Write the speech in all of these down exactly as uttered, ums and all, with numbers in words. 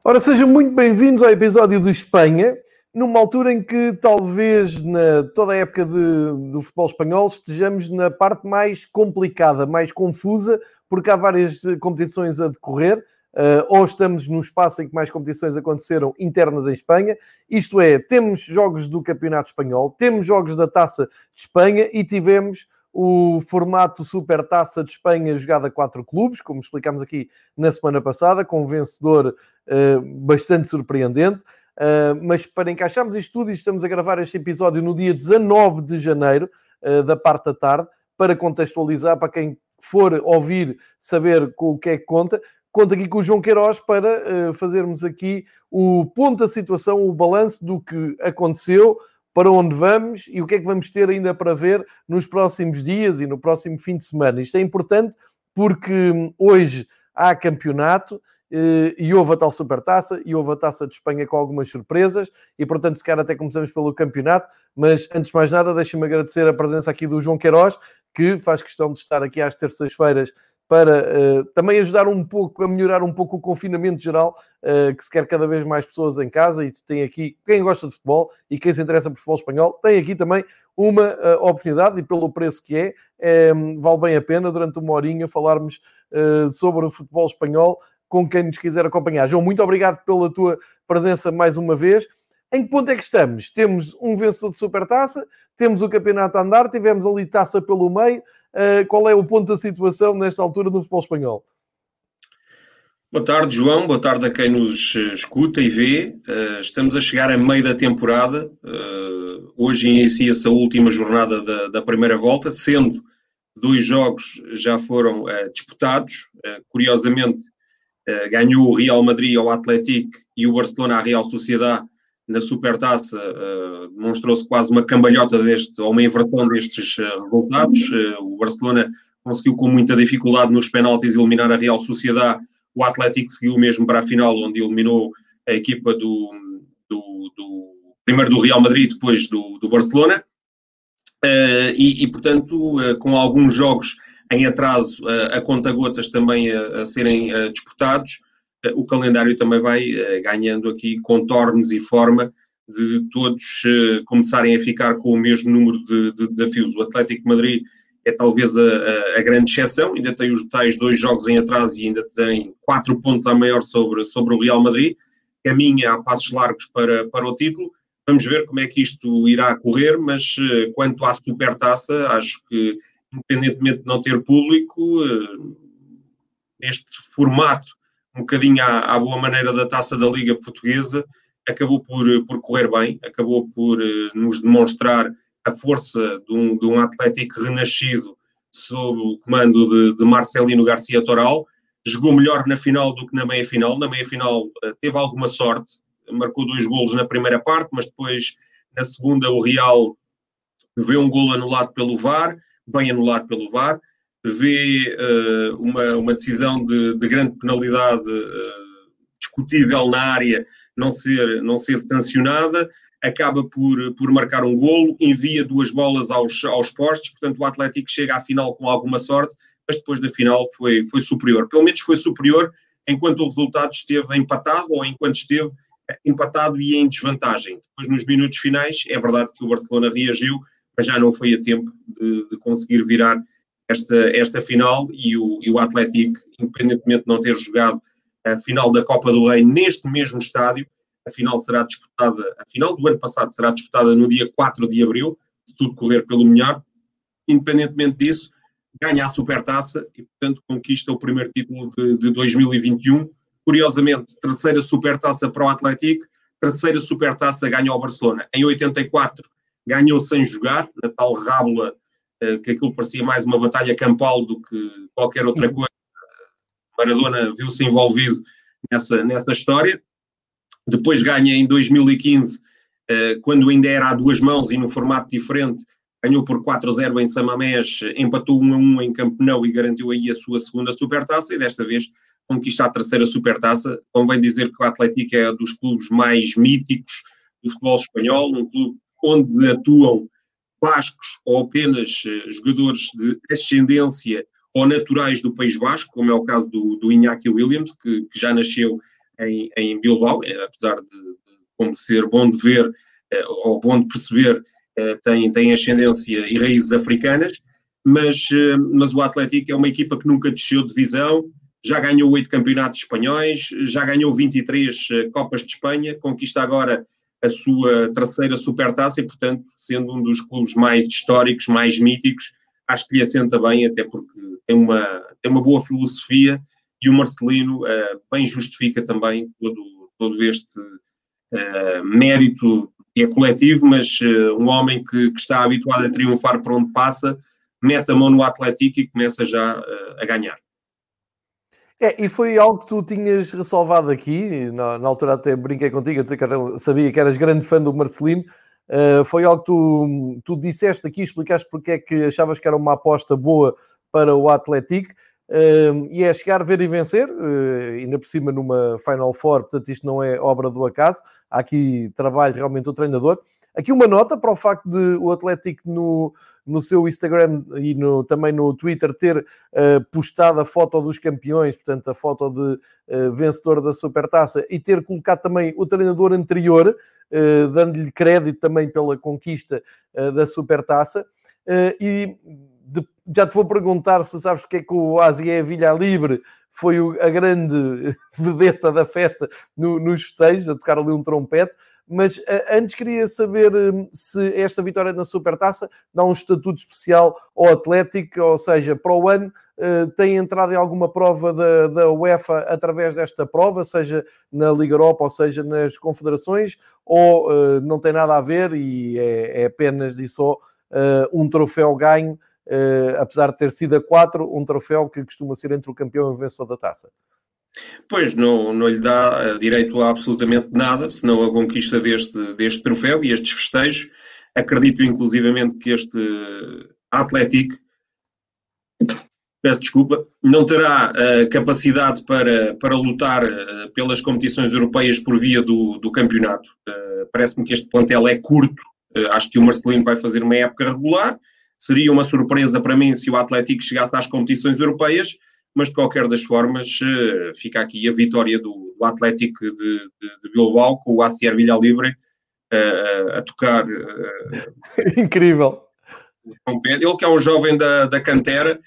Ora, sejam muito bem-vindos ao episódio de Espanha, numa altura em que talvez na toda a época de, do futebol espanhol estejamos na parte mais complicada, mais confusa, porque há várias competições a decorrer, uh, ou estamos no espaço em que mais competições aconteceram internas em Espanha, isto é, temos jogos do Campeonato Espanhol, temos jogos da Taça de Espanha e tivemos o formato Supertaça de Espanha jogado a quatro clubes, como explicámos aqui na semana passada, com um vencedor uh, bastante surpreendente. Uh, mas para encaixarmos isto tudo, e estamos a gravar este episódio no dia dezanove de janeiro, uh, da parte da tarde, para contextualizar, para quem for ouvir, saber com o que é que conta, conto aqui com o João Queiroz para uh, fazermos aqui o ponto da situação, o balanço do que aconteceu, para onde vamos e o que é que vamos ter ainda para ver nos próximos dias e no próximo fim de semana. Isto é importante porque hoje há campeonato e houve a tal Supertaça e houve a Taça de Espanha com algumas surpresas e, portanto, se calhar até começamos pelo campeonato, mas antes de mais nada deixem-me agradecer a presença aqui do João Queiroz, que faz questão de estar aqui às terças-feiras para uh, também ajudar um pouco a melhorar um pouco o confinamento geral, uh, que se quer cada vez mais pessoas em casa, e tem aqui, quem gosta de futebol e quem se interessa por futebol espanhol, tem aqui também uma uh, oportunidade, e pelo preço que é, é, vale bem a pena durante uma horinha falarmos uh, sobre o futebol espanhol com quem nos quiser acompanhar. João, muito obrigado pela tua presença mais uma vez. Em que ponto é que estamos? Temos um vencedor de Supertaça, temos o campeonato a andar, tivemos ali taça pelo meio. Uh, qual é o ponto da situação nesta altura do futebol espanhol? Boa tarde, João. Boa tarde a quem nos escuta e vê. Uh, estamos a chegar a meio da temporada. Uh, hoje inicia-se a última jornada da, da primeira volta, sendo dois jogos já foram uh, disputados. Uh, curiosamente, uh, ganhou o Real Madrid ao Atlético e o Barcelona à Real Sociedad na Supertaça. Uh, demonstrou-se quase uma cambalhota deste, ou uma inversão destes uh, resultados. Uh, o Barcelona conseguiu com muita dificuldade nos penaltis eliminar a Real Sociedad. O Atlético seguiu mesmo para a final, onde eliminou a equipa do, do, do primeiro do Real Madrid, depois do, do Barcelona. Uh, e, e, portanto, uh, com alguns jogos em atraso, uh, a conta-gotas também a, a serem uh, disputados, uh, o calendário também vai uh, ganhando aqui contornos e forma de todos uh, começarem a ficar com o mesmo número de, de desafios. O Atlético de Madrid é talvez a, a, a grande exceção, ainda tem os tais dois jogos em atraso e ainda tem quatro pontos a maior sobre, sobre o Real Madrid, caminha a passos largos para, para o título. Vamos ver como é que isto irá correr, mas uh, quanto à Supertaça, acho que, independentemente de não ter público, uh, este formato, um bocadinho à, à boa maneira da Taça da Liga Portuguesa, acabou por, por correr bem, acabou por uh, nos demonstrar a força de um, de um Atlético renascido sob o comando de, de Marcelino Garcia Toral. Jogou melhor na final do que na meia-final. Na meia-final uh, teve alguma sorte, marcou dois golos na primeira parte, mas depois, na segunda, o Real vê um golo anulado pelo V A R, bem anulado pelo V A R, vê uh, uma, uma decisão de, de grande penalidade uh, discutível na área não ser, não ser sancionada, acaba por, por marcar um golo, envia duas bolas aos, aos postes, portanto o Atlético chega à final com alguma sorte, mas depois da final foi, foi superior. Pelo menos foi superior enquanto o resultado esteve empatado ou enquanto esteve empatado e em desvantagem. Depois, nos minutos finais, é verdade que o Barcelona reagiu, mas já não foi a tempo de, de conseguir virar esta, esta final e o, e o Atlético, independentemente de não ter jogado a final da Copa do Rei neste mesmo estádio, a final será disputada, a final do ano passado será disputada no dia quatro de abril, se tudo correr pelo melhor. Independentemente disso, ganha a Supertaça e, portanto, conquista o primeiro título de, de dois mil e vinte e um. Curiosamente, terceira Supertaça para o Atlético, terceira Supertaça ganha ao Barcelona. Em oitenta e quatro ganhou sem jogar, na tal rábula, eh, que aquilo parecia mais uma batalha campal do que qualquer outra coisa. Maradona viu-se envolvido nessa, nessa história. Depois ganha em dois mil e quinze, eh, quando ainda era a duas mãos e num formato diferente, ganhou por quatro a zero em Samamés, empatou um a um em Camp Nou e garantiu aí a sua segunda Supertaça, e desta vez conquista a terceira Supertaça. Convém dizer que o Atlético é um dos clubes mais míticos do futebol espanhol, um clube onde atuam bascos ou apenas uh, jogadores de ascendência ou naturais do País Basco, como é o caso do, do Iñaki Williams, que, que já nasceu em, em Bilbao, é, apesar de, de como ser bom de ver, é, ou bom de perceber, é, tem, tem ascendência e raízes africanas, mas, é, mas o Atlético é uma equipa que nunca desceu de divisão, já ganhou oito campeonatos espanhóis, já ganhou vinte e três Copas de Espanha, conquista agora a sua terceira supertaça e, portanto, sendo um dos clubes mais históricos, mais míticos, acho que lhe assenta bem, até porque tem uma, tem uma boa filosofia e o Marcelino uh, bem justifica também todo, todo este uh, mérito que é coletivo, mas uh, um homem que, que está habituado a triunfar por onde passa, mete a mão no Atlético e começa já uh, a ganhar. É, e foi algo que tu tinhas ressalvado aqui, na, na altura até brinquei contigo, a dizer que era, sabia que eras grande fã do Marcelino, uh, foi algo que tu, tu disseste aqui, explicaste porque é que achavas que era uma aposta boa para o Atlético, uh, e é chegar, ver e vencer, uh, ainda por cima numa Final Four, portanto isto não é obra do acaso, há aqui trabalho realmente do treinador. Aqui uma nota para o facto de o Atlético no, no seu Instagram e no, também no Twitter ter uh, postado a foto dos campeões, portanto a foto de uh, vencedor da Supertaça, e ter colocado também o treinador anterior, uh, dando-lhe crédito também pela conquista uh, da Supertaça. Uh, e de, já te vou perguntar se sabes porque é que o Asier Villalibre foi o, a grande vedeta da festa no, nos festejos, a tocar ali um trompete. Mas uh, antes queria saber uh, se esta vitória na Supertaça dá um estatuto especial ao Atlético, ou seja, para o ano uh, tem entrado em alguma prova da, da UEFA através desta prova, seja na Liga Europa ou seja nas confederações, ou uh, não tem nada a ver e é, é apenas e só uh, um troféu ganho, uh, apesar de ter sido a quatro, um troféu que costuma ser entre o campeão e o vencedor da taça. Pois, não, não lhe dá direito a absolutamente nada, senão a conquista deste, deste troféu e estes festejos. Acredito inclusivamente que este Atlético, peço desculpa, não terá uh, capacidade para, para lutar uh, pelas competições europeias por via do, do campeonato. Uh, parece-me que este plantel é curto, uh, acho que o Marcelino vai fazer uma época regular, seria uma surpresa para mim se o Atlético chegasse às competições europeias, mas de qualquer das formas uh, fica aqui a vitória do, do Atlético de, de, de Bilbao com o Asier Villalibre uh, a tocar uh, incrível. Ele que é um jovem da, da cantera,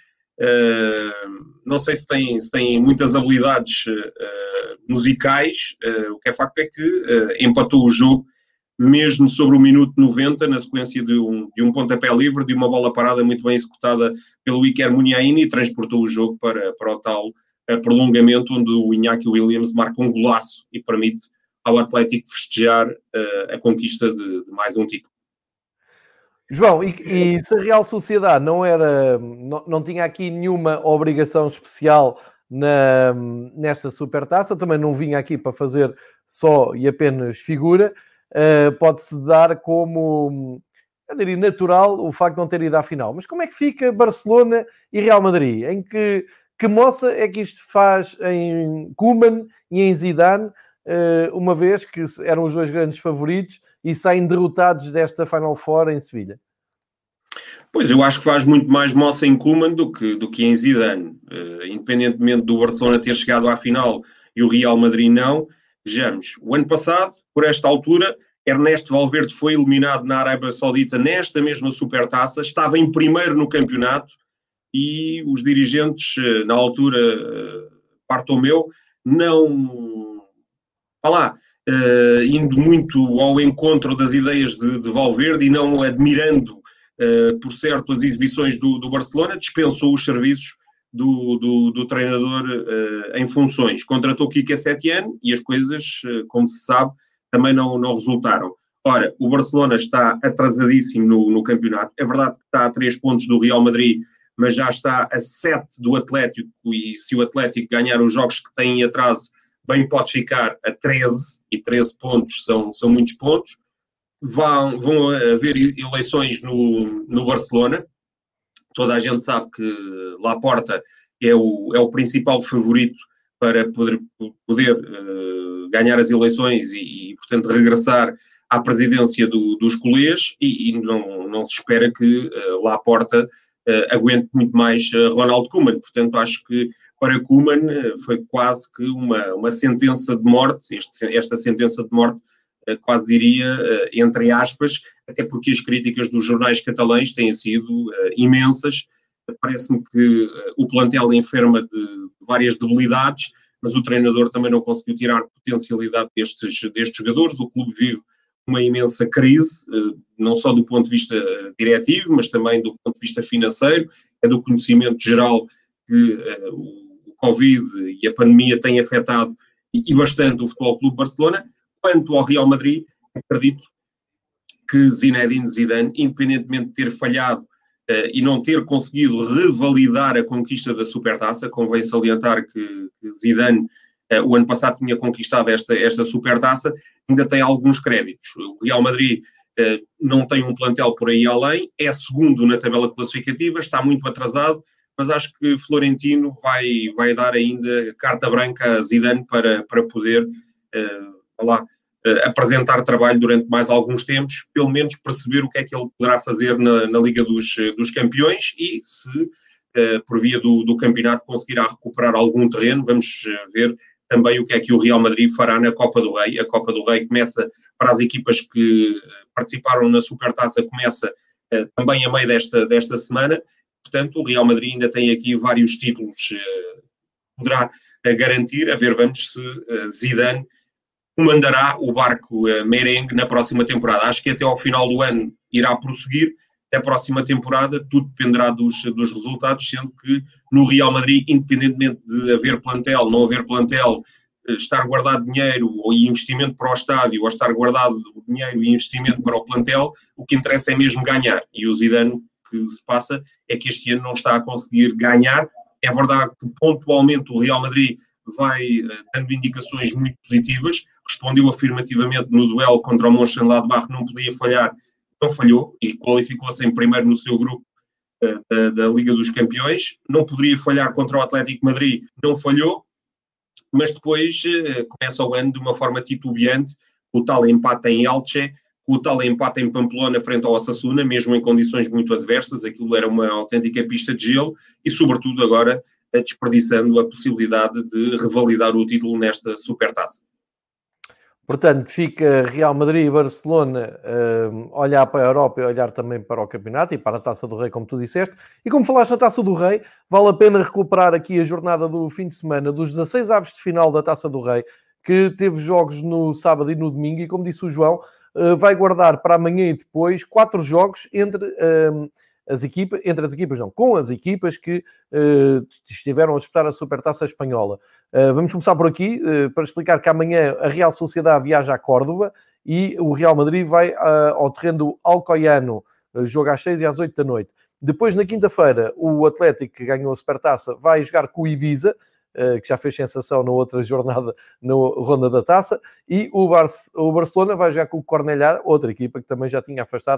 uh, não sei se tem, se tem muitas habilidades uh, musicais, uh, o que é facto é que uh, empatou o jogo mesmo sobre o minuto noventa, na sequência de um, de um pontapé livre, de uma bola parada muito bem executada pelo Iker Muniain, e transportou o jogo para, para o tal uh, prolongamento, onde o Iñaki Williams marca um golaço e permite ao Atlético festejar uh, a conquista de, de mais um título. João, e, e se a Real Sociedade não era, não, não tinha aqui nenhuma obrigação especial na, nesta Supertaça, também não vinha aqui para fazer só e apenas figura, uh, pode-se dar como, eu diria, natural o facto de não ter ido à final. Mas como é que fica Barcelona e Real Madrid? Em que, que moça é que isto faz em Koeman e em Zidane, uh, uma vez que eram os dois grandes favoritos e saem derrotados desta Final Four em Sevilha? Pois, eu acho que faz muito mais moça em Koeman do que, do que em Zidane. Uh, independentemente do Barcelona ter chegado à final e o Real Madrid não, vejamos, o ano passado, por esta altura, Ernesto Valverde foi eliminado na Arábia Saudita nesta mesma Supertaça, estava em primeiro no campeonato e os dirigentes, uh, na altura, uh, Bartomeu, não... Vá lá, uh, indo muito ao encontro das ideias de, de Valverde e não admirando, uh, por certo, as exibições do, do Barcelona, dispensou os serviços do, do, do treinador uh, em funções. Contratou Quique Setién e as coisas, uh, como se sabe, também não, não resultaram. Ora, o Barcelona está atrasadíssimo no, no campeonato. É verdade que está a três pontos do Real Madrid, mas já está a sete do Atlético, e se o Atlético ganhar os jogos que tem em atraso, bem pode ficar a treze, e treze pontos são, são muitos pontos. Vão, vão haver eleições no, no Barcelona. Toda a gente sabe que Laporta é o, é o principal favorito para poder, poder uh, ganhar as eleições e, e, portanto, regressar à presidência do, dos culés, e, e não, não se espera que uh, Laporta uh, aguente muito mais uh, Ronald Koeman. Portanto, acho que para Koeman uh, foi quase que uma, uma sentença de morte, este, esta sentença de morte, uh, quase diria, uh, entre aspas, até porque as críticas dos jornais catalães têm sido uh, imensas. Parece-me que uh, o plantel enferma de várias debilidades, mas o treinador também não conseguiu tirar potencialidade destes, destes jogadores. O clube vive uma imensa crise, não só do ponto de vista diretivo, mas também do ponto de vista financeiro. É do conhecimento geral que uh, o Covid e a pandemia têm afetado e, e bastante o Futebol Clube Barcelona. Quanto ao Real Madrid, acredito que Zinedine Zidane, independentemente de ter falhado uh, e não ter conseguido revalidar a conquista da Supertaça, convém salientar que, que Zidane Uh, o ano passado tinha conquistado esta, esta supertaça, ainda tem alguns créditos. O Real Madrid uh, não tem um plantel por aí além, é segundo na tabela classificativa, está muito atrasado, mas acho que Florentino vai, vai dar ainda carta branca a Zidane para, para poder uh, lá, uh, apresentar trabalho durante mais alguns tempos, pelo menos perceber o que é que ele poderá fazer na, na Liga dos, dos Campeões e se, uh, por via do, do campeonato, conseguirá recuperar algum terreno. Vamos ver também o que é que o Real Madrid fará na Copa do Rei. A Copa do Rei começa, para as equipas que participaram na Supertaça, começa uh, também a meio desta, desta semana. Portanto, o Real Madrid ainda tem aqui vários títulos, uh, poderá uh, garantir. A ver, vamos se uh, Zidane comandará o barco uh, merengue na próxima temporada. Acho que até ao final do ano irá prosseguir. A próxima temporada tudo dependerá dos, dos resultados, sendo que no Real Madrid, independentemente de haver plantel, não haver plantel, estar guardado dinheiro e investimento para o estádio, ou estar guardado dinheiro e investimento para o plantel, o que interessa é mesmo ganhar. E o Zidane, que se passa, é que este ano não está a conseguir ganhar. É verdade que pontualmente o Real Madrid vai uh, dando indicações muito positivas, respondeu afirmativamente no duelo contra o Mönchengladbach, não podia falhar, não falhou e qualificou-se em primeiro no seu grupo uh, da, da Liga dos Campeões. Não poderia falhar contra o Atlético Madrid, não falhou, mas depois uh, começa o ano de uma forma titubeante, com o tal empate em Elche, com o tal empate em Pamplona frente ao Osasuna, mesmo em condições muito adversas. Aquilo era uma autêntica pista de gelo e, sobretudo, agora uh, desperdiçando a possibilidade de revalidar o título nesta Supertaça. Portanto, fica Real Madrid e Barcelona uh, olhar para a Europa e olhar também para o campeonato e para a Taça do Rei, como tu disseste. E como falaste na Taça do Rei, vale a pena recuperar aqui a jornada do fim de semana dos dezasseis aves de final da Taça do Rei, que teve jogos no sábado e no domingo, e como disse o João, uh, vai guardar para amanhã e depois quatro jogos entre... Uh, as equipas, entre as equipas não, com as equipas que uh, estiveram a disputar a Supertaça Espanhola. Uh, vamos começar por aqui, uh, para explicar que amanhã a Real Sociedade viaja a Córdoba e o Real Madrid vai uh, ao terreno do Alcoyano, uh, joga às seis e às oito da noite. Depois, na quinta-feira, o Atlético, que ganhou a Supertaça, vai jogar com o Ibiza, uh, que já fez sensação na outra jornada, na ronda da Taça, e o, Bar- o Barcelona vai jogar com o Cornellá, outra equipa que também já tinha afastado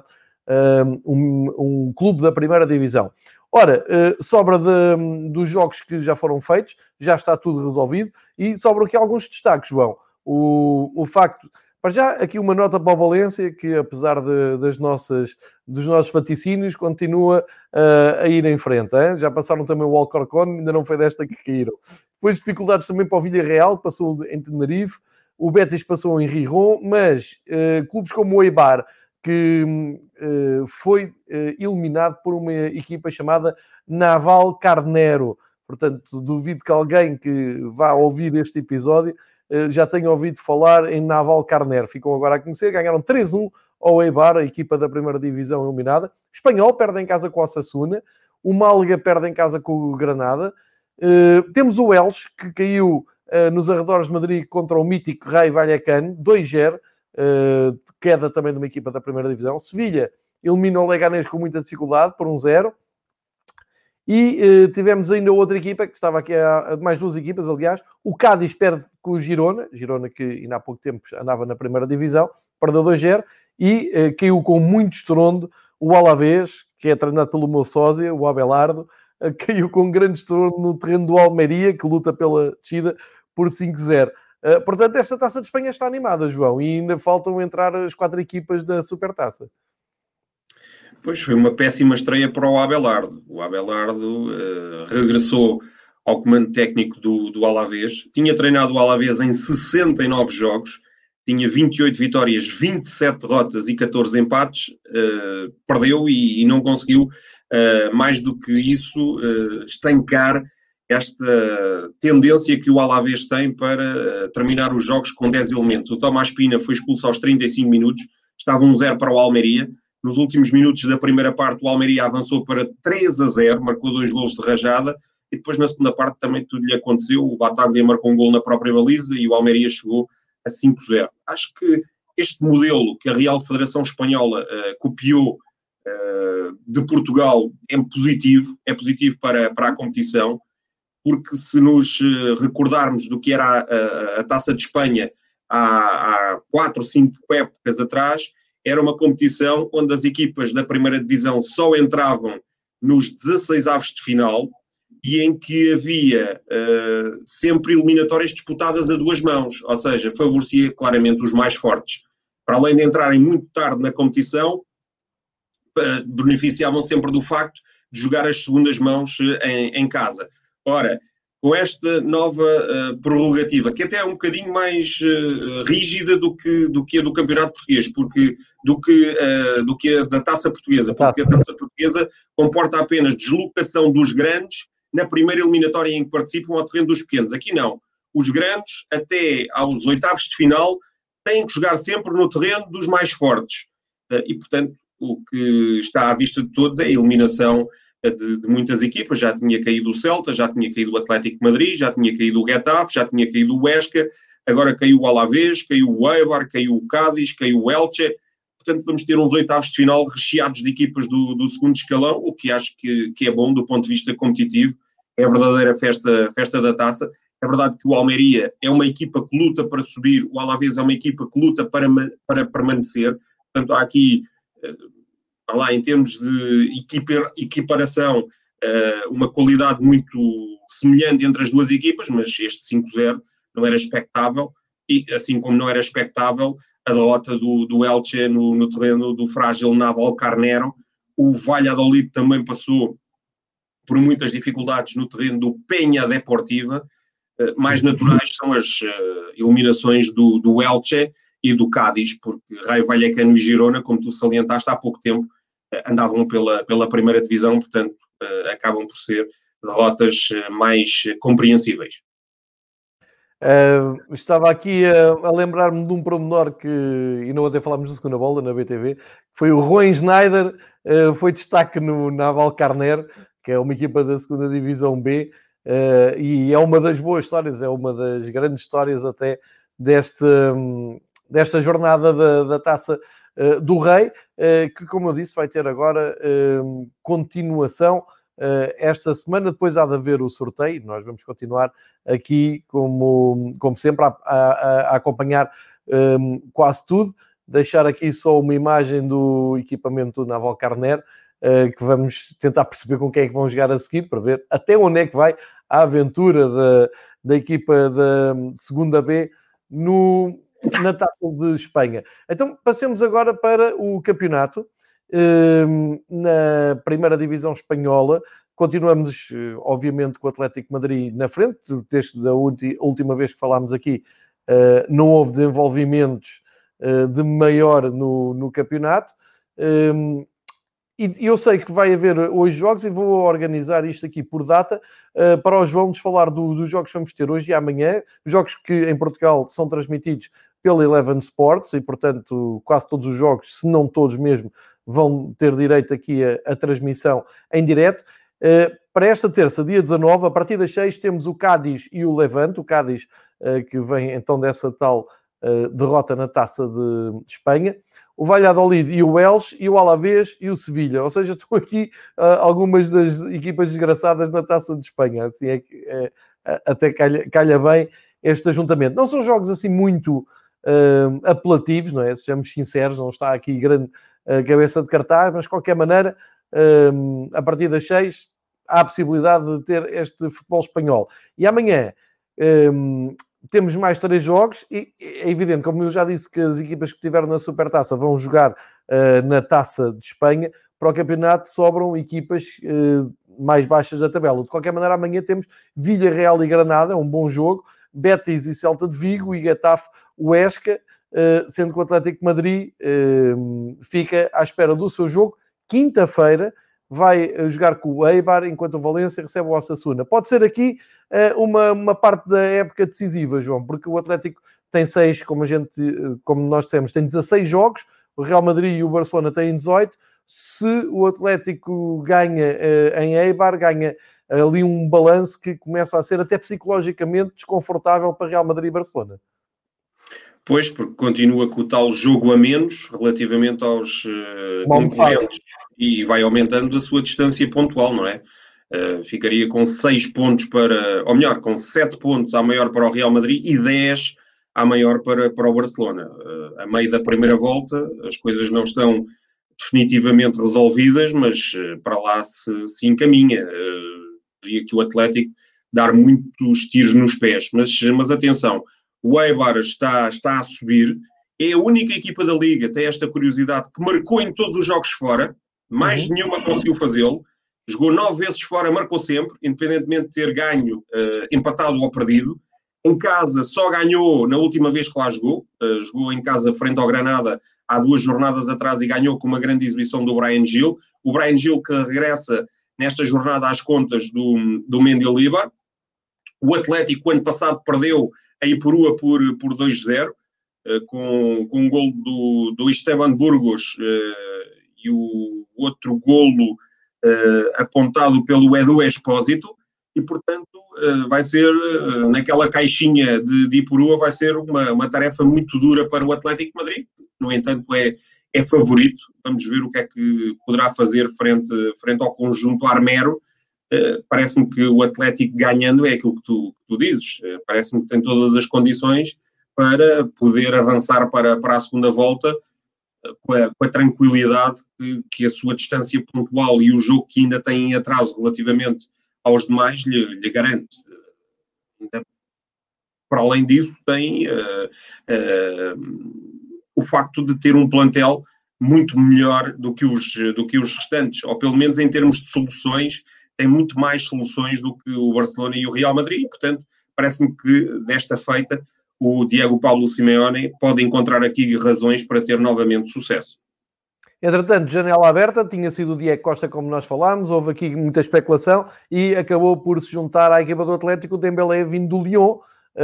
Um, um clube da primeira divisão. Ora, uh, sobra de, dos jogos que já foram feitos, já está tudo resolvido, e sobram aqui alguns destaques, João. O, o facto, para já, aqui uma nota para o Valência, que apesar de, das nossas, dos nossos vaticínios, continua uh, a ir em frente. Hein? Já passaram também o Alcorcón, ainda não foi desta que caíram. Depois dificuldades também para o Villarreal, passou em Tenerife, o Betis passou em Rijon, mas uh, clubes como o Eibar, que uh, foi uh, eliminado por uma equipa chamada Naval Carnero. Portanto, duvido que alguém que vá ouvir este episódio uh, já tenha ouvido falar em Naval Carnero. Ficam agora a conhecer, ganharam três a um ao Eibar, a equipa da primeira divisão eliminada. O Espanhol perde em casa com o Osasuna. O Málaga perde em casa com o Granada. Uh, temos o Elche, que caiu uh, nos arredores de Madrid contra o mítico Raio Vallecano, dois a zero. Uh, queda também de uma equipa da primeira divisão. Sevilha elimina o Leganés com muita dificuldade, por um zero. E uh, tivemos ainda outra equipa, que estava aqui, a, mais duas equipas, aliás. O Cádiz perde com o Girona, Girona que ainda há pouco tempo andava na primeira divisão, perdeu dois a zero. E uh, caiu com muito estrondo o Alavés, que é treinado pelo meu sósia, o Abelardo, uh, caiu com grande estrondo no terreno do Almeria, que luta pela descida, por cinco a zero. Uh, portanto, esta Taça de Espanha está animada, João, e ainda faltam entrar as quatro equipas da Supertaça. Pois foi uma péssima estreia para o Abelardo. O Abelardo uh, regressou ao comando técnico do, do Alavés. Tinha treinado o Alavés em sessenta e nove jogos, tinha vinte e oito vitórias, vinte e sete derrotas e catorze empates. Uh, perdeu e, e não conseguiu, uh, mais do que isso, uh, estancar esta tendência que o Alavés tem para uh, terminar os jogos com dez elementos. O Tomás Pina foi expulso aos trinta e cinco minutos, estava um zero para o Almeria. Nos últimos minutos da primeira parte, o Almeria avançou para três a zero, marcou dois golos de rajada, e depois na segunda parte também tudo lhe aconteceu. O Bataglia marcou um gol na própria baliza e o Almeria chegou a cinco a zero. Acho que este modelo que a Real Federação Espanhola uh, copiou uh, de Portugal é positivo, é positivo para, para a competição, porque se nos uh, recordarmos do que era a, a, a Taça de Espanha há, há quatro, cinco épocas atrás, era uma competição onde as equipas da primeira divisão só entravam nos dezasseis avos de final e em que havia uh, sempre eliminatórias disputadas a duas mãos, ou seja, favorecia claramente os mais fortes. Para além de entrarem muito tarde na competição, uh, beneficiavam sempre do facto de jogar as segundas mãos uh, em, em casa. Ora, com esta nova uh, prerrogativa, que até é um bocadinho mais uh, rígida do que, do que a do Campeonato Português, porque, do, que, uh, do que a da Taça Portuguesa, porque a Taça Portuguesa comporta apenas deslocação dos grandes na primeira eliminatória em que participam ao terreno dos pequenos. Aqui não. Os grandes, até aos oitavos de final, têm que jogar sempre no terreno dos mais fortes. Uh, e, portanto, o que está à vista de todos é a eliminação De, de muitas equipas. Já tinha caído o Celta, já tinha caído o Atlético de Madrid, já tinha caído o Getafe, já tinha caído o Huesca, agora caiu o Alavés, caiu o Eibar, caiu o Cádiz, caiu o Elche. Portanto, vamos ter uns oitavos de final recheados de equipas do, do segundo escalão, o que acho que, que é bom do ponto de vista competitivo. É a verdadeira festa, festa da taça. É verdade que o Almeria é uma equipa que luta para subir, o Alavés é uma equipa que luta para, para permanecer. Portanto, há aqui... lá, em termos de equipa, equiparação, uh, uma qualidade muito semelhante entre as duas equipas, mas este cinco a zero não era expectável, e assim como não era expectável a derrota do, do Elche no, no terreno do frágil Navalcarnero. O Valladolid também passou por muitas dificuldades no terreno do Peña Deportiva. Uh, mais naturais são as uh, eliminações do, do Elche e do Cádiz, porque Raio Vallecano e Girona, como tu salientaste há pouco tempo, andavam pela, pela primeira divisão, portanto, uh, acabam por ser derrotas uh, mais compreensíveis. Uh, estava aqui a, a lembrar-me de um pormenor que, e não até falámos na segunda bola, na B T V, foi o Juan Schneider, uh, foi destaque no Navalcarnero, que é uma equipa da segunda divisão B, uh, e é uma das boas histórias, é uma das grandes histórias até deste, um, desta jornada da, da Taça uh, do Rei, uh, que, como eu disse, vai ter agora uh, continuação uh, esta semana. Depois há de haver o sorteio, nós vamos continuar aqui, como, como sempre, a, a, a acompanhar um, quase tudo. Deixar aqui só uma imagem do equipamento do Navalcarnero, uh, que vamos tentar perceber com quem é que vão jogar a seguir, para ver até onde é que vai a aventura da, da equipa da segunda B no, na Taça de Espanha. Então, passemos agora para o campeonato. Um, na primeira divisão espanhola, continuamos, obviamente, com o Atlético de Madrid na frente. Desde a última vez que falámos aqui, uh, não houve desenvolvimentos uh, de maior no, no campeonato. Um, e eu sei que vai haver hoje jogos e vou organizar isto aqui por data uh, para o João nos falar do, dos jogos que vamos ter hoje e amanhã. Jogos que em Portugal são transmitidos pela Eleven Sports e, portanto, quase todos os jogos, se não todos mesmo, vão ter direito aqui a, a transmissão em direto. Uh, para esta terça, dia dezanove, a partir das seis, temos o Cádiz e o Levante. O Cádiz, uh, que vem então dessa tal uh, derrota na Taça de Espanha. O Valladolid e o Elche, e o Alavés e o Sevilha. Ou seja, estão aqui uh, algumas das equipas desgraçadas na Taça de Espanha. Assim é que é, até calha, calha bem este ajuntamento. Não são jogos assim muito uh, apelativos, não é? Sejamos sinceros, não está aqui grande uh, cabeça de cartaz, mas de qualquer maneira, uh, a partir das seis, há a possibilidade de ter este futebol espanhol. E amanhã um, temos mais três jogos e é evidente, como eu já disse, que as equipas que estiveram na Supertaça vão jogar uh, na Taça de Espanha, para o campeonato sobram equipas uh, mais baixas da tabela. De qualquer maneira, amanhã temos Villarreal e Granada, um bom jogo, Betis e Celta de Vigo e Getafe Huesca, uh, sendo que o Atlético de Madrid uh, fica à espera do seu jogo. Quinta-feira vai jogar com o Eibar, enquanto o Valência recebe o Osasuna. Pode ser aqui uh, uma, uma parte da época decisiva, João, porque o Atlético tem seis, como, a gente, como nós dissemos, tem dezasseis jogos, o Real Madrid e o Barcelona têm dezoito. Se o Atlético ganha uh, em Eibar, ganha ali um balanço que começa a ser até psicologicamente desconfortável para Real Madrid e Barcelona. Pois, porque continua com o tal jogo a menos relativamente aos uh, concorrentes e vai aumentando a sua distância pontual, não é? Uh, ficaria com seis pontos para, ou melhor, com sete pontos à maior para o Real Madrid e dez à maior para, para o Barcelona. Uh, a meio da primeira volta, as coisas não estão definitivamente resolvidas, mas uh, para lá se, se encaminha. Uh, diria que o Atlético dar muitos tiros nos pés. Mas, mas atenção, o Eibar está, está a subir, é a única equipa da Liga, tem esta curiosidade, que marcou em todos os jogos fora, mais uhum. nenhuma conseguiu fazê-lo, jogou nove vezes fora, marcou sempre, independentemente de ter ganho, uh, empatado ou perdido. Em casa só ganhou na última vez que lá jogou, uh, jogou em casa frente ao Granada há duas jornadas atrás e ganhou com uma grande exibição do Bryan Gil. O Bryan Gil que regressa nesta jornada às contas do, do Mendilibar. O Atlético, ano passado, perdeu a Ipurua por, por dois a zero, uh, com, com um golo do, do Esteban Burgos uh, e o outro golo uh, apontado pelo Edu Expósito, e, portanto, uh, vai ser, uh, naquela caixinha de, de Ipurua, vai ser uma, uma tarefa muito dura para o Atlético de Madrid. No entanto, é, é favorito. Vamos ver o que é que poderá fazer frente, frente ao conjunto armero. Uh, parece-me que o Atlético ganhando é aquilo que tu, que tu dizes. Uh, parece-me que tem todas as condições para poder avançar para, para a segunda volta uh, com, a, com a tranquilidade que, que a sua distância pontual e o jogo que ainda tem em atraso relativamente aos demais lhe, lhe garante. Uh, para além disso, tem uh, uh, o facto de ter um plantel muito melhor do que, os, do que os restantes, ou pelo menos em termos de soluções, tem muito mais soluções do que o Barcelona e o Real Madrid, e, portanto, parece-me que desta feita o Diego Paulo Simeone pode encontrar aqui razões para ter novamente sucesso. Entretanto, janela aberta, tinha sido o Diego Costa, como nós falámos, houve aqui muita especulação e acabou por se juntar à equipa do Atlético o Dembélé vindo do Lyon,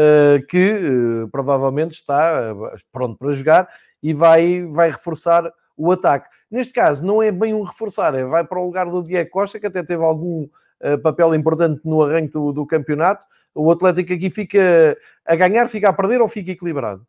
que provavelmente está pronto para jogar e vai, vai reforçar o ataque. Neste caso, não é bem um reforçar, é vai para o lugar do Diego Costa, que até teve algum uh, papel importante no arranque do, do campeonato. O Atlético aqui fica a ganhar, fica a perder ou fica equilibrado?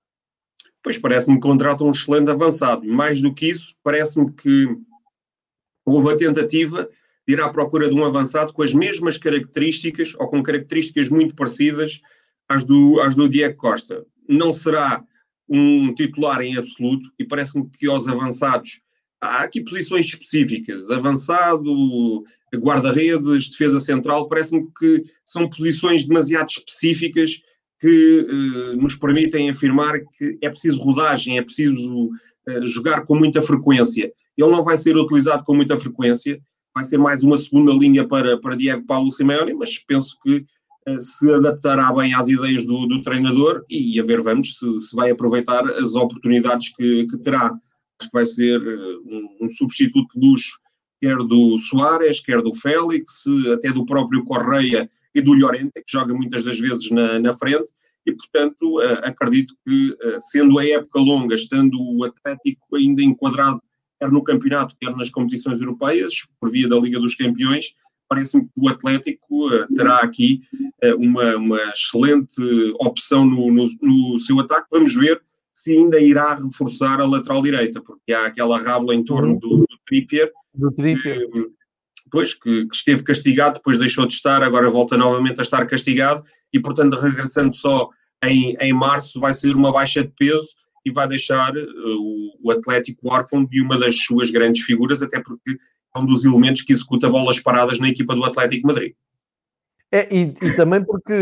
Pois, parece-me que contrata um excelente avançado. Mais do que isso, parece-me que houve a tentativa de ir à procura de um avançado com as mesmas características ou com características muito parecidas às do, às do Diego Costa. Não será um titular em absoluto e parece-me que aos avançados há aqui posições específicas, avançado, guarda-redes, defesa central, parece-me que são posições demasiado específicas que eh, nos permitem afirmar que é preciso rodagem, é preciso eh, jogar com muita frequência. Ele não vai ser utilizado com muita frequência, vai ser mais uma segunda linha para, para Diego Paulo Simeone, mas penso que eh, se adaptará bem às ideias do, do treinador e a ver, vamos, se, se vai aproveitar as oportunidades que, que terá. Acho que vai ser um, um substituto de luxo, quer do Suárez, quer do Félix, até do próprio Correia e do Llorente, que joga muitas das vezes na, na frente, e portanto uh, acredito que, uh, sendo a época longa, estando o Atlético ainda enquadrado, quer no campeonato, quer nas competições europeias, por via da Liga dos Campeões, parece-me que o Atlético uh, terá aqui uh, uma, uma excelente opção no, no, no seu ataque. Vamos ver se ainda irá reforçar a lateral direita, porque há aquela rábula em torno do, do Trippier, do Trippier. Que, pois, que, que esteve castigado, depois deixou de estar, agora volta novamente a estar castigado, e portanto regressando só em, em março vai ser uma baixa de peso e vai deixar uh, o, o Atlético órfão de uma das suas grandes figuras, até porque é um dos elementos que executa bolas paradas na equipa do Atlético Madrid. É, e, e também porque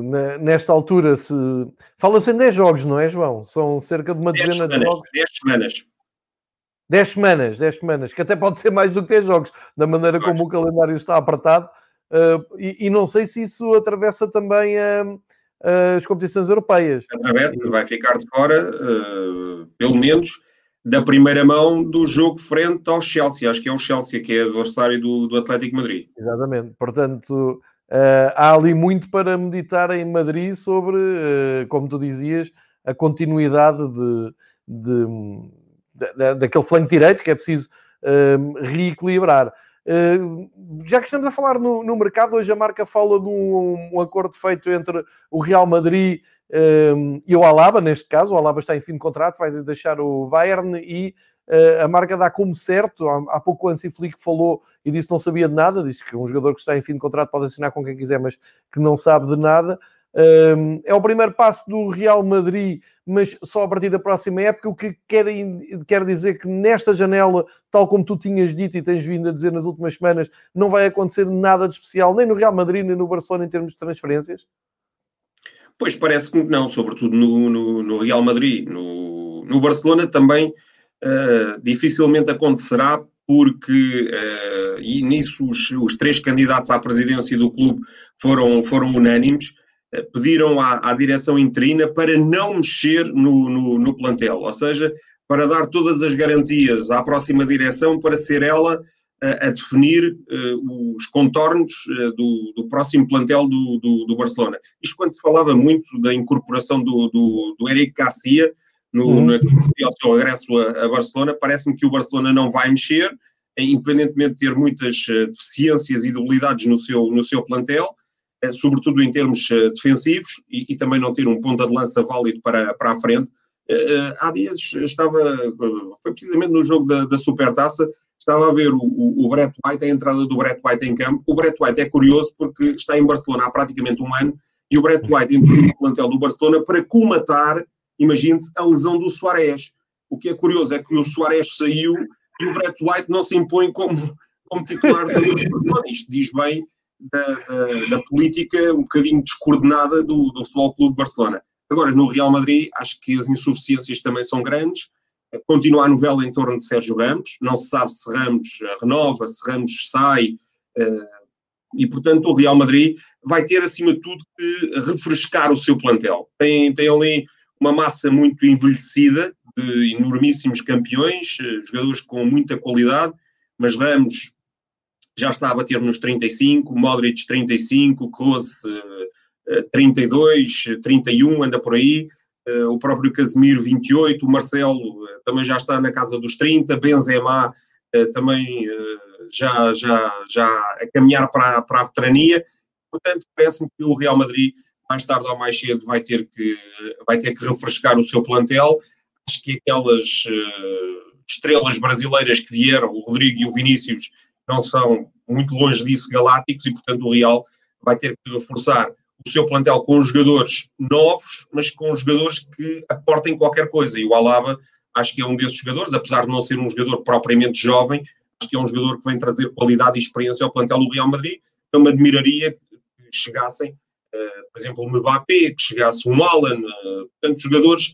nesta altura se fala-se em dez jogos, não é, João? São cerca de uma dezena de jogos. dez semanas. dez semanas, dez semanas, que até pode ser mais do que dez jogos, da maneira como o calendário está apertado, uh, e, e não sei se isso atravessa também uh, uh, as competições europeias. Atravessa, e... vai ficar de fora, uh, pelo menos, da primeira mão do jogo frente ao Chelsea. Acho que é o Chelsea que é adversário do, do Atlético Madrid. Exatamente. Portanto, uh, há ali muito para meditar em Madrid sobre, uh, como tu dizias, a continuidade de, de, de, de, daquele flanco direito que é preciso uh, reequilibrar. Uh, já que estamos a falar no, no mercado, hoje a marca fala de um, um acordo feito entre o Real Madrid um, e o Alaba, neste caso. O Alaba está em fim de contrato, vai deixar o Bayern e uh, a marca dá como certo. Há, há pouco o Hansi Flick falou e disse que não sabia de nada, disse que um jogador que está em fim de contrato pode assinar com quem quiser, mas que não sabe de nada. Um, é o primeiro passo do Real Madrid, mas só a partir da próxima época, o que quer, quer dizer que nesta janela, tal como tu tinhas dito e tens vindo a dizer nas últimas semanas, não vai acontecer nada de especial, nem no Real Madrid, nem no Barcelona em termos de transferências? Pois parece que não, sobretudo no, no, no Real Madrid. No, no Barcelona também uh, dificilmente acontecerá, porque uh, e nisso os, os três candidatos à presidência do clube foram, foram unânimes, uh, pediram à, à direção interina para não mexer no, no, no plantel, ou seja, para dar todas as garantias à próxima direção para ser ela a, a definir uh, os contornos uh, do, do próximo plantel do, do, do Barcelona. Isto quando se falava muito da incorporação do, do, do Eric Garcia, no, uhum. naquilo que seria o seu regresso a, a Barcelona, parece-me que o Barcelona não vai mexer, independentemente de ter muitas uh, deficiências e debilidades no seu, no seu plantel, uh, sobretudo em termos uh, defensivos, e, e também não ter um ponta de lança válido para, para a frente. Uh, há dias estava, uh, foi precisamente no jogo da, da Supertaça, estava a ver o, o, o Brett White, a entrada do Brett White em campo. O Brett White é curioso porque está em Barcelona há praticamente um ano, e o Brett White entrou no plantel do Barcelona para colmatar, imagine-se, a lesão do Suárez. O que é curioso é que o Suárez saiu e o Brett White não se impõe como, como titular do Barcelona. Isto diz bem da, da, da política um bocadinho descoordenada do, do Futebol Clube de Barcelona. Agora, no Real Madrid, acho que as insuficiências também são grandes. Continua a novela em torno de Sérgio Ramos. Não se sabe se Ramos renova, se Ramos sai. E, portanto, o Real Madrid vai ter, acima de tudo, que refrescar o seu plantel. Tem, tem ali uma massa muito envelhecida, de enormíssimos campeões, jogadores com muita qualidade, mas Ramos já está a bater nos trinta e cinco, Modric trinta e cinco, Kroos trinta e dois, trinta e um, anda por aí, o próprio Casemiro vinte e oito, o Marcelo também já está na casa dos trinta, Benzema também já, já, já a caminhar para, para a veterania. Portanto, parece-me que o Real Madrid, mais tarde ou mais cedo, vai ter que, vai ter que refrescar o seu plantel. Acho que aquelas uh, estrelas brasileiras que vieram, o Rodrigo e o Vinícius, não são muito longe disso galácticos, e portanto o Real vai ter que reforçar o seu plantel com jogadores novos, mas com jogadores que aportem qualquer coisa. E o Alaba, acho que é um desses jogadores, apesar de não ser um jogador propriamente jovem, acho que é um jogador que vem trazer qualidade e experiência ao plantel do Real Madrid. Eu me admiraria que chegassem, uh, por exemplo, o Mbappé, que chegasse um Haaland, uh, tantos jogadores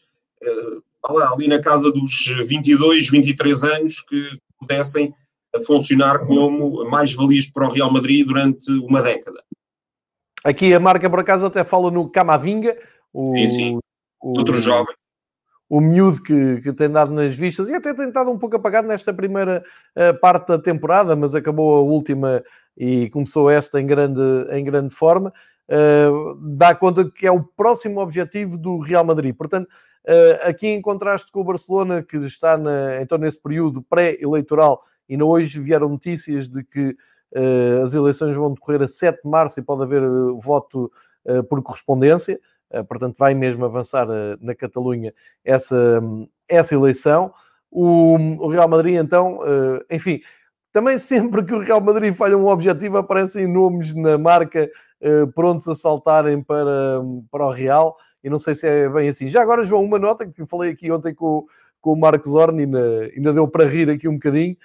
uh, ali na casa dos vinte e dois, vinte e três anos, que pudessem funcionar como mais-valias para o Real Madrid durante uma década. Aqui a marca, por acaso, até fala no Camavinga, o, sim, sim. o, outro jovem. O miúdo que, que tem dado nas vistas, e até tem estado um pouco apagado nesta primeira uh, parte da temporada, mas acabou a última e começou esta em grande, em grande forma. Uh, dá conta de que é o próximo objetivo do Real Madrid. Portanto, uh, aqui em contraste com o Barcelona, que está na, então nesse período pré-eleitoral, e ainda hoje vieram notícias de que uh, as eleições vão decorrer a sete de março e pode haver uh, voto uh, por correspondência. Uh, portanto, vai mesmo avançar uh, na Catalunha essa, um, essa eleição. O, o Real Madrid, então, uh, enfim, também sempre que o Real Madrid falha um objetivo, aparecem nomes na marca uh, prontos a saltarem para, para o Real, e não sei se é bem assim. Já agora, João, uma nota que eu falei aqui ontem com, com o Marcos Horn, e ainda, ainda deu para rir aqui um bocadinho.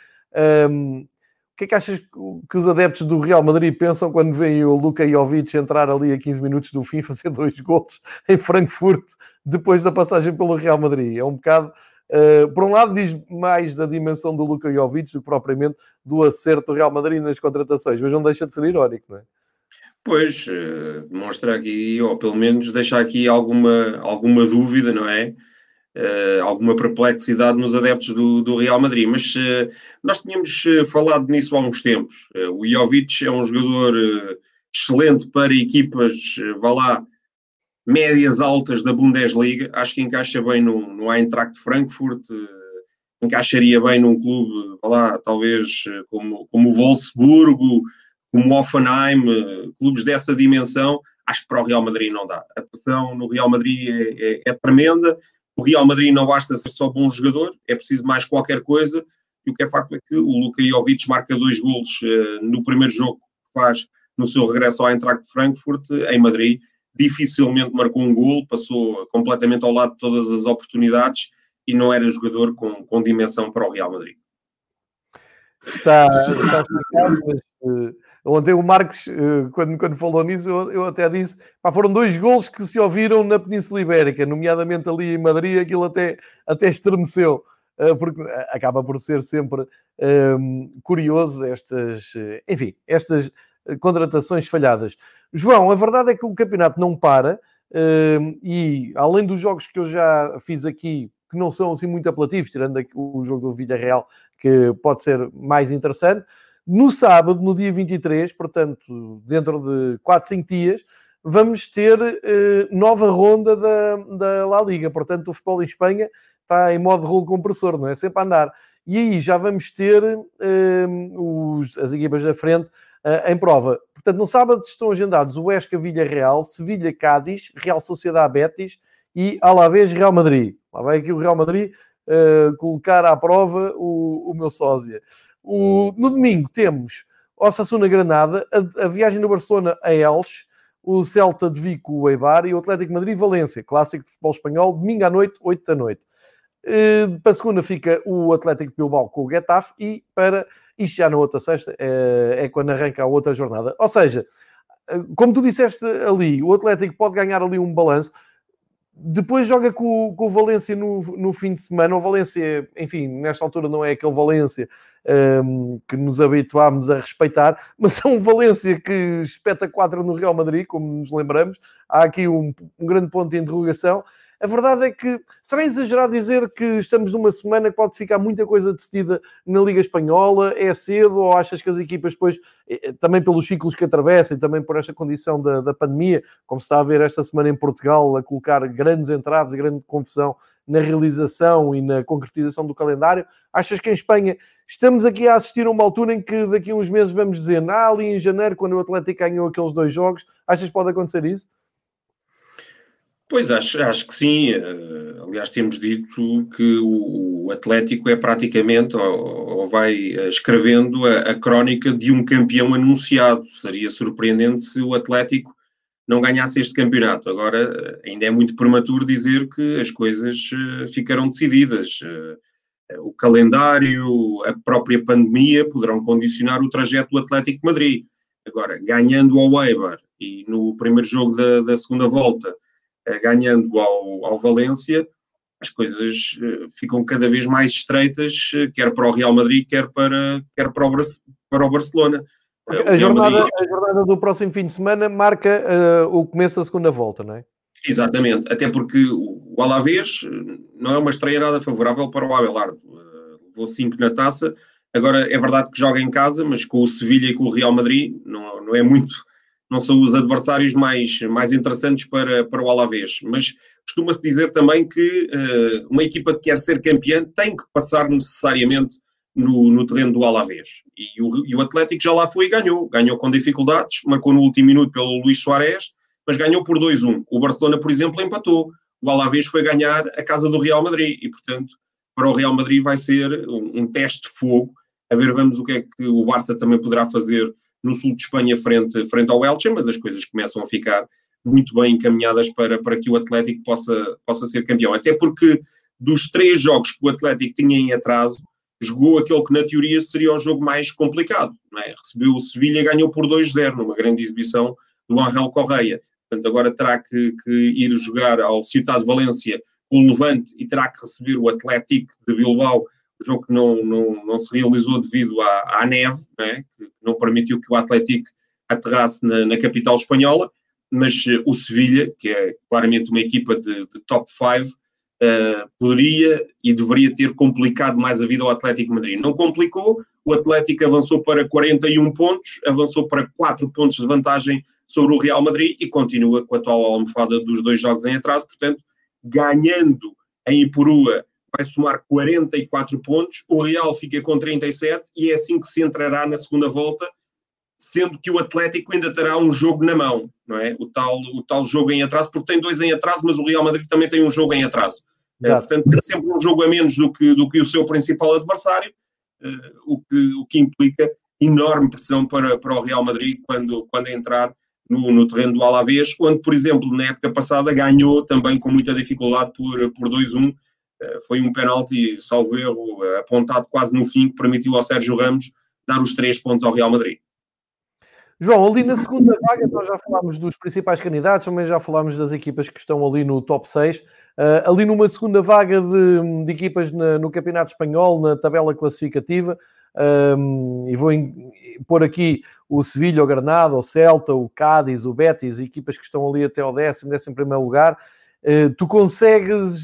Um, o que é que achas que os adeptos do Real Madrid pensam quando veem o Luka Jovic entrar ali a quinze minutos do fim, fazer dois golos em Frankfurt, depois da passagem pelo Real Madrid? É um bocado Uh, por um lado, diz mais da dimensão do Luka Jovic do que propriamente do acerto do Real Madrid nas contratações, mas não deixa de ser irónico, não é? Pois, uh, demonstra aqui, ou pelo menos deixa aqui alguma, alguma dúvida, não é? Uh, alguma perplexidade nos adeptos do, do Real Madrid. Mas uh, nós tínhamos uh, falado nisso há uns tempos. Uh, o Jovic é um jogador uh, excelente para equipas, uh, vá lá, médias altas da Bundesliga. Acho que encaixa bem no, no Eintracht Frankfurt, uh, encaixaria bem num clube, vá lá, talvez uh, como, como o Wolfsburgo, como o Hoffenheim, uh, clubes dessa dimensão. Acho que para o Real Madrid não dá. A pressão no Real Madrid é, é, é tremenda. O Real Madrid não basta ser só bom jogador, é preciso mais qualquer coisa, e o que é facto é que o Luka Jovic marca dois golos uh, no primeiro jogo que faz no seu regresso ao Eintracht de Frankfurt, em Madrid. Dificilmente marcou um golo, passou completamente ao lado de todas as oportunidades e não era jogador com, com dimensão para o Real Madrid. Está, está explicado, mas uh, ontem o Marques, uh, quando, quando falou nisso, eu, eu até disse, pá, foram dois golos que se ouviram na Península Ibérica, nomeadamente ali em Madrid, aquilo até, até estremeceu, uh, porque acaba por ser sempre um, curioso estas, uh, enfim, estas contratações falhadas. João, a verdade é que o campeonato não para, uh, e além dos jogos que eu já fiz aqui, que não são assim muito apelativos, tirando aqui o jogo do Villarreal, que pode ser mais interessante. No sábado, no dia vinte e três, portanto, dentro de quatro, cinco dias, vamos ter eh, nova ronda da, da La Liga. Portanto, o futebol em Espanha está em modo rolo compressor, não é? Sempre a andar. E aí já vamos ter eh, os, as equipas da frente eh, em prova. Portanto, no sábado estão agendados o Huesca Villarreal, Sevilha Cádiz, Real Sociedade Betis e Alavés Real Madrid. Lá vai aqui o Real Madrid Uh, colocar à prova o, o meu sósia. O, no domingo temos Osasuna Granada, a, a viagem do Barcelona a Elche, o Celta de Vigo, o Eibar e o Atlético Madrid Valência, clássico de futebol espanhol, domingo à noite, oito da noite. Uh, para a segunda fica o Atlético de Bilbao com o Getafe e para, isto já na outra sexta, é, é quando arranca a outra jornada. Ou seja, como tu disseste ali, o Atlético pode ganhar ali um balanço. Depois joga com, com o Valência no, no fim de semana. O Valência, enfim, nesta altura não é aquele Valência um, que nos habituámos a respeitar, mas é um Valência que espeta quatro no Real Madrid, como nos lembramos. Há aqui um, um grande ponto de interrogação. A verdade é que será exagerado dizer que estamos numa semana que pode ficar muita coisa decidida na Liga Espanhola. É cedo ou achas que as equipas depois, também pelos ciclos que atravessam e também por esta condição da, da pandemia, como se está a ver esta semana em Portugal, a colocar grandes entraves e grande confusão na realização e na concretização do calendário, achas que em Espanha estamos aqui a assistir a uma altura em que daqui a uns meses vamos dizer, ah, ali em janeiro, quando o Atlético ganhou aqueles dois jogos, achas que pode acontecer isso? Pois, acho, acho que sim. Uh, aliás, temos dito que o, o Atlético é praticamente, ou, ou vai escrevendo a, a crónica de um campeão anunciado. Seria surpreendente se o Atlético não ganhasse este campeonato. Agora, ainda é muito prematuro dizer que as coisas uh, ficarão decididas. Uh, o calendário, a própria pandemia poderão condicionar o trajeto do Atlético de Madrid. Agora, ganhando ao Eibar e no primeiro jogo da, da segunda volta, ganhando ao, ao Valência, as coisas uh, ficam cada vez mais estreitas, uh, quer para o Real Madrid, quer para, quer para, o, para o Barcelona. Okay. Uh, a, jornada, Madrid... a jornada do próximo fim de semana marca uh, o começo da segunda volta, não é? Exatamente, até porque o, o Alavés não é uma estreia nada favorável para o Abelardo. Uh, levou cinco na taça, agora é verdade que joga em casa, mas com o Sevilha e com o Real Madrid não, não é muito... não são os adversários mais, mais interessantes para, para o Alavés. Mas costuma-se dizer também que uh, uma equipa que quer ser campeã tem que passar necessariamente no, no terreno do Alavés. E o, e o Atlético já lá foi e ganhou. Ganhou com dificuldades, marcou no último minuto pelo Luís Suárez, mas ganhou por dois a um. O Barcelona, por exemplo, empatou. O Alavés foi ganhar a casa do Real Madrid. E, portanto, para o Real Madrid vai ser um, um teste de fogo. A ver, vamos o que é que o Barça também poderá fazer no sul de Espanha frente, frente ao Elche, mas as coisas começam a ficar muito bem encaminhadas para, para que o Atlético possa, possa ser campeão. Até porque dos três jogos que o Atlético tinha em atraso, jogou aquele que na teoria seria o jogo mais complicado. Não é? Recebeu o Sevilha e ganhou por dois a zero, numa grande exibição do Ángel Correia. Portanto, agora terá que, que ir jogar ao Ciutat de Valência com o Levante e terá que receber o Atlético de Bilbao, o jogo que não, não, não se realizou devido à, à neve, não é? Que não permitiu que o Atlético aterrasse na, na capital espanhola, mas uh, o Sevilha, que é claramente uma equipa de, de top cinco, uh, poderia e deveria ter complicado mais a vida ao Atlético de Madrid. Não complicou, o Atlético avançou para quarenta e um pontos, avançou para quatro pontos de vantagem sobre o Real Madrid e continua com a tal almofada dos dois jogos em atraso, portanto, ganhando em Ipurúa vai somar quarenta e quatro pontos, o Real fica com trinta e sete e é assim que se entrará na segunda volta, sendo que o Atlético ainda terá um jogo na mão, não é? O tal, o tal jogo em atraso, porque tem dois em atraso, mas o Real Madrid também tem um jogo em atraso. Uh, portanto, tem sempre um jogo a menos do que, do que o seu principal adversário, uh, o, que, o que implica enorme pressão para, para o Real Madrid quando, quando entrar no, no terreno do Alavés, onde, por exemplo, na época passada ganhou também com muita dificuldade por, por dois a um. Uh, foi um penalti, salvo erro, apontado quase no fim, que permitiu ao Sérgio Ramos dar os três pontos ao Real Madrid. João, ali na segunda vaga, nós já falámos dos principais candidatos, também já falámos das equipas que estão ali no top seis. Uh, ali numa segunda vaga de, de equipas na, no Campeonato Espanhol, na tabela classificativa, um, e vou em, pôr aqui o Sevilha, o Granada, o Celta, o Cádiz, o Betis, equipas que estão ali até ao décimo, décimo primeiro lugar. Uh, tu consegues,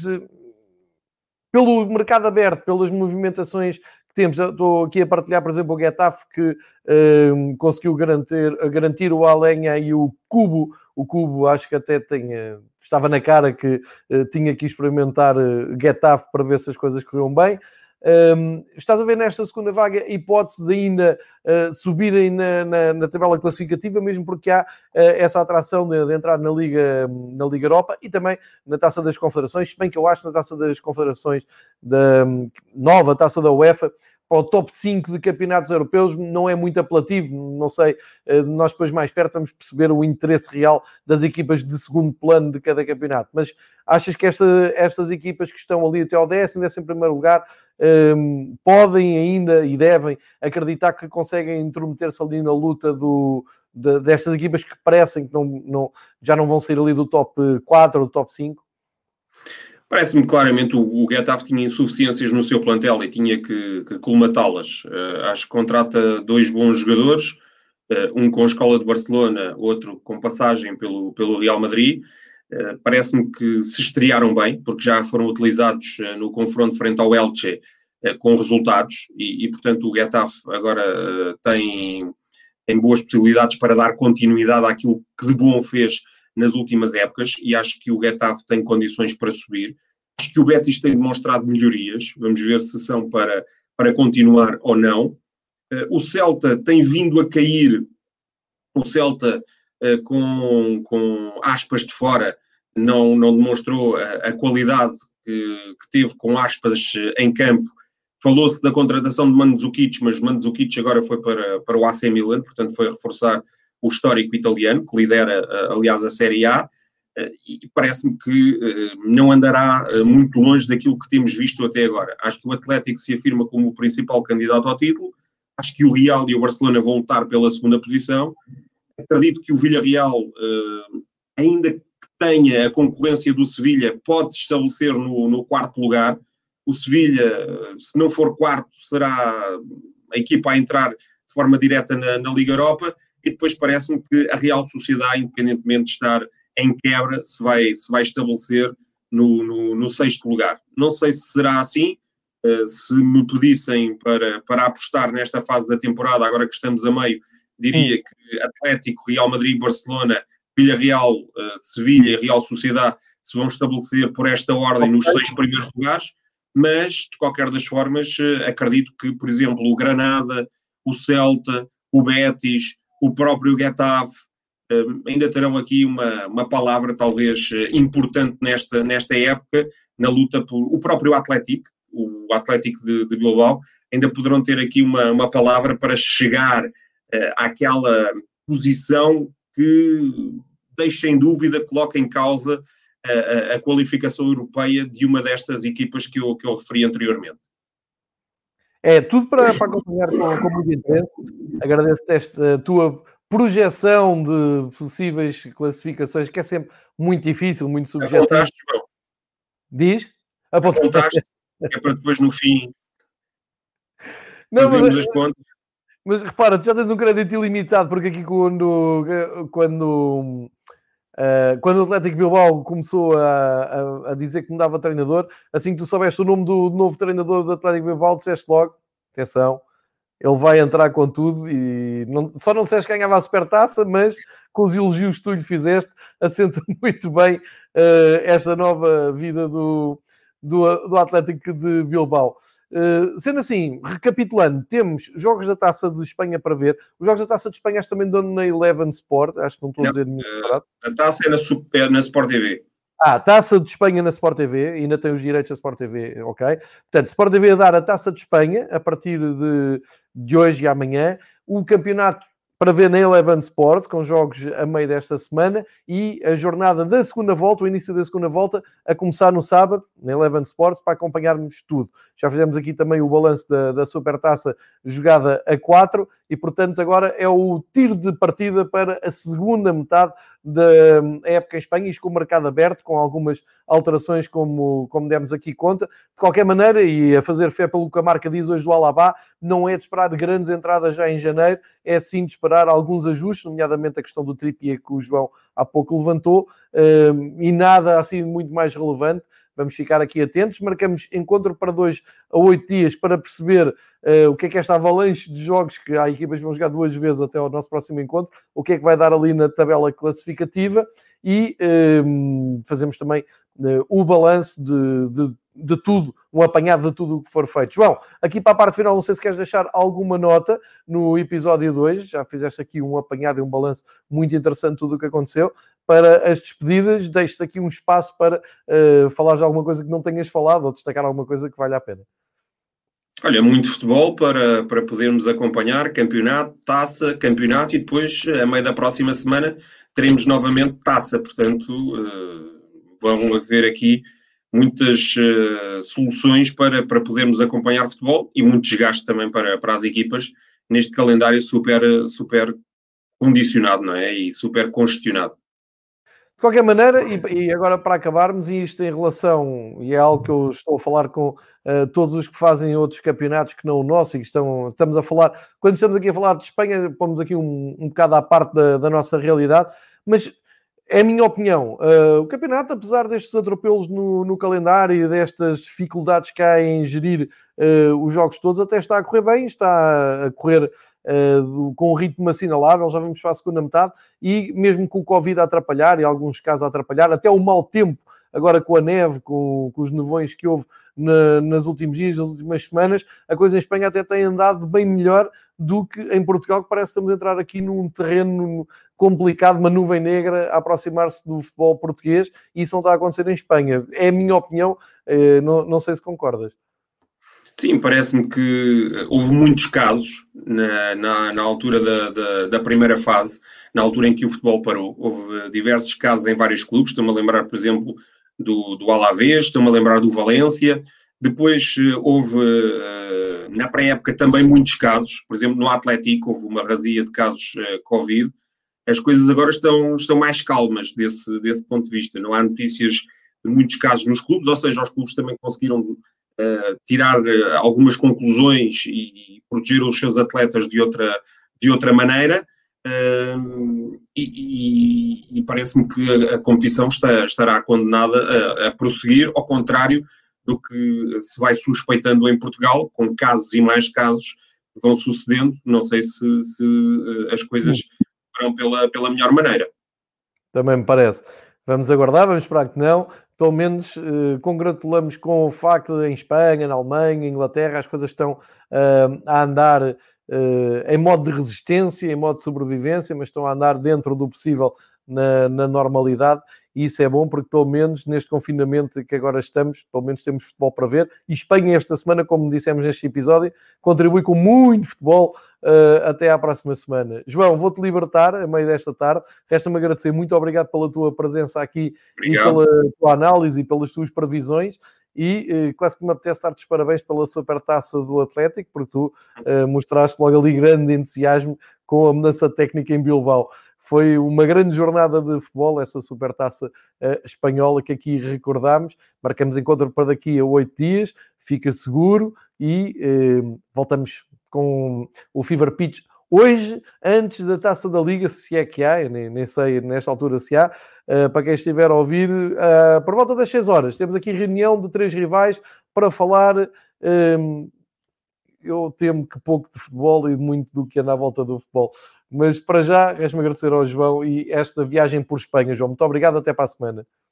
pelo mercado aberto, pelas movimentações temos, estou aqui a partilhar, por exemplo, o Getafe, que um, conseguiu garantir, garantir o Alenha e o Cubo. O Cubo acho que até tinha, estava na cara que uh, tinha que experimentar uh, Getafe para ver se as coisas corriam bem. Um, estás a ver nesta segunda vaga a hipótese de ainda uh, subirem na, na, na tabela classificativa, mesmo porque há uh, essa atração de, de entrar na Liga, na Liga Europa e também na Taça das Confederações, se bem que eu acho que na Taça das Confederações da um, nova Taça da UEFA, para o top cinco de campeonatos europeus não é muito apelativo, não sei, uh, nós depois mais perto vamos perceber o interesse real das equipas de segundo plano de cada campeonato, mas achas que esta, estas equipas que estão ali até ao décimo, décimo primeiro lugar, Um, podem ainda e devem acreditar que conseguem intrometer-se ali na luta do, de, destas equipas que parecem que não, não, já não vão sair ali do top quatro ou do top cinco? Parece-me claramente o, o Getafe tinha insuficiências no seu plantel e tinha que, que colmatá-las. Uh, acho que contrata dois bons jogadores, uh, um com a Escola de Barcelona, outro com passagem pelo, pelo Real Madrid. Uh, parece-me que se estrearam bem, porque já foram utilizados uh, no confronto frente ao Elche uh, com resultados e, e, portanto, o Getafe agora uh, tem, tem boas possibilidades para dar continuidade àquilo que de bom fez nas últimas épocas e acho que o Getafe tem condições para subir. Acho que o Betis tem demonstrado melhorias, vamos ver se são para, para continuar ou não. Uh, o Celta tem vindo a cair, o Celta Uh, com, com aspas de fora, não, não demonstrou a, a qualidade que, que teve com aspas em campo. Falou-se da contratação de Mandzukic, mas Mandzukic agora foi para, para o A C Milan, portanto foi reforçar o histórico italiano, que lidera, uh, aliás, a Série A, uh, e parece-me que uh, não andará uh, muito longe daquilo que temos visto até agora. Acho que o Atlético se afirma como o principal candidato ao título, acho que o Real e o Barcelona vão lutar pela segunda posição. Acredito que o Villarreal, uh, ainda que tenha a concorrência do Sevilha, pode se estabelecer no, no quarto lugar. O Sevilha, se não for quarto, será a equipa a entrar de forma direta na, na Liga Europa e depois parece-me que a Real Sociedade, independentemente de estar em quebra, se vai, se vai estabelecer no, no, no sexto lugar. Não sei se será assim. Uh, se me pedissem para, para apostar nesta fase da temporada, agora que estamos a meio, diria que Atlético, Real Madrid, Barcelona, Villarreal, uh, Sevilha e Real Sociedade se vão estabelecer por esta ordem nos seis primeiros lugares, mas, de qualquer das formas, uh, acredito que, por exemplo, o Granada, o Celta, o Betis, o próprio Getafe, uh, ainda terão aqui uma, uma palavra talvez uh, importante nesta, nesta época, na luta por o próprio Atlético, o Atlético de, de Bilbao, ainda poderão ter aqui uma, uma palavra para chegar Uh, àquela posição que deixa em dúvida, coloca em causa uh, a, a qualificação europeia de uma destas equipas que eu, que eu referi anteriormente. É, tudo para, para acompanhar com, com muito interesse. Agradeço-te esta tua projeção de possíveis classificações, que é sempre muito difícil, muito subjetivo. Diz? Apontaste, é para depois no fim Não, fazermos mas, as contas. mas repara, tu já tens um crédito ilimitado, porque aqui quando, quando, uh, quando o Atlético Bilbao começou a, a, a dizer que mudava treinador, assim que tu soubeste o nome do novo treinador do Atlético Bilbao, disseste logo, atenção, ele vai entrar com tudo e não, só não sei se ganhava a supertaça, mas com os elogios que tu lhe fizeste, assenta muito bem uh, esta nova vida do, do, do Atlético de Bilbao. Uh, sendo assim, recapitulando, temos jogos da Taça de Espanha para ver. Os jogos da Taça de Espanha acho também dão na Eleven Sport, acho que não estou Não, a dizer nenhum uh, a taça é na, super, na Sport T V. Ah, Taça de Espanha na Sport T V, ainda tem os direitos da Sport T V, ok? Portanto, Sport T V a dar a Taça de Espanha a partir de, de hoje e amanhã. O campeonato para ver na Eleven Sports, com jogos a meio desta semana, e a jornada da segunda volta, o início da segunda volta, a começar no sábado, na Eleven Sports, para acompanharmos tudo. Já fizemos aqui também o balanço da, da Supertaça jogada a quatro, e portanto agora é o tiro de partida para a segunda metade da época em Espanha, isto com o mercado aberto, com algumas alterações, como, como demos aqui conta. De qualquer maneira, e a fazer fé pelo que a marca diz hoje do Alabá, não é de esperar grandes entradas já em janeiro, é sim de esperar alguns ajustes, nomeadamente a questão do Trippier que o João há pouco levantou, e nada assim muito mais relevante. Vamos ficar aqui atentos. Marcamos encontro para dois a oito dias para perceber uh, o que é que esta avalanche de jogos, que há equipas que vão jogar duas vezes até ao nosso próximo encontro, o que é que vai dar ali na tabela classificativa, e uh, fazemos também uh, o balanço de, de, de tudo, um apanhado de tudo o que for feito. João, aqui para a parte final, não sei se queres deixar alguma nota no episódio dois, já fizeste aqui um apanhado e um balanço muito interessante de tudo o que aconteceu. Para as despedidas, deixo-te aqui um espaço para uh, falar de alguma coisa que não tenhas falado ou destacar alguma coisa que valha a pena. Olha, muito futebol para, para podermos acompanhar, campeonato, taça, campeonato, e depois, a meio da próxima semana, teremos novamente taça. Portanto, uh, vão haver aqui muitas uh, soluções para, para podermos acompanhar futebol e muito desgaste também para, para as equipas neste calendário super, super condicionado, não é? E super congestionado. De qualquer maneira, e, e agora para acabarmos, e isto em relação, e é algo que eu estou a falar com uh, todos os que fazem outros campeonatos que não o nosso, e que estão, estamos a falar, quando estamos aqui a falar de Espanha, pomos aqui um, um bocado à parte da, da nossa realidade, mas é a minha opinião. Uh, o campeonato, apesar destes atropelos no, no calendário e destas dificuldades que há em gerir uh, os jogos todos, até está a correr bem, está a correr Uh, com um ritmo assinalável, já vamos para a segunda metade, e mesmo com o Covid a atrapalhar, e alguns casos a atrapalhar, até o mau tempo, agora com a neve, com, com os nevões que houve na, nas últimos dias, nas últimas semanas, a coisa em Espanha até tem andado bem melhor do que em Portugal, que parece que estamos a entrar aqui num terreno complicado, uma nuvem negra a aproximar-se do futebol português, e isso não está a acontecer em Espanha. É a minha opinião, uh, não, não sei se concordas. Sim, parece-me que houve muitos casos na, na, na altura da, da, da primeira fase, na altura em que o futebol parou. Houve diversos casos em vários clubes, estou-me a lembrar, por exemplo, do, do Alavés, estou-me a lembrar do Valência. Depois houve, na pré-época, também muitos casos, por exemplo, no Atlético houve uma razia de casos Covid. As coisas agora estão, estão mais calmas desse, desse ponto de vista. Não há notícias de muitos casos nos clubes, ou seja, os clubes também conseguiram Uh, tirar uh, algumas conclusões e, e proteger os seus atletas de outra, de outra maneira, uh, e, e, e parece-me que a, a competição está, estará condenada a, a prosseguir, ao contrário do que se vai suspeitando em Portugal, com casos e mais casos que vão sucedendo. Não sei se, se uh, as coisas farão pela, pela melhor maneira. Também me parece. Vamos aguardar, vamos esperar que não. Pelo menos eh, congratulamos com o facto de em Espanha, na Alemanha, Inglaterra, as coisas estão uh, a andar uh, em modo de resistência, em modo de sobrevivência, mas estão a andar dentro do possível na, na normalidade, e isso é bom porque pelo menos neste confinamento que agora estamos, pelo menos temos futebol para ver, e Espanha esta semana, como dissemos neste episódio, contribui com muito futebol uh, até à próxima semana. João, vou-te libertar a meio desta tarde, resta-me agradecer, muito obrigado pela tua presença aqui. Obrigado. E pela tua análise e pelas tuas previsões, e eh, quase que me apetece dar-te os parabéns pela supertaça do Atlético, porque tu eh, mostraste logo ali grande entusiasmo com a mudança técnica em Bilbao. foi uma grande jornada de futebol, essa supertaça uh, espanhola que aqui recordámos. Marcamos encontro para daqui a oito dias, fica seguro, e uh, voltamos com o Fever Pitch hoje, antes da Taça da Liga, se é que há, nem, nem sei nesta altura se há, uh, para quem estiver a ouvir, uh, por volta das seis horas. Temos aqui reunião de três rivais para falar, um, eu temo que pouco de futebol e muito do que anda à volta do futebol. Mas para já, resta-me agradecer ao João e esta viagem por Espanha. João, muito obrigado, até para a semana.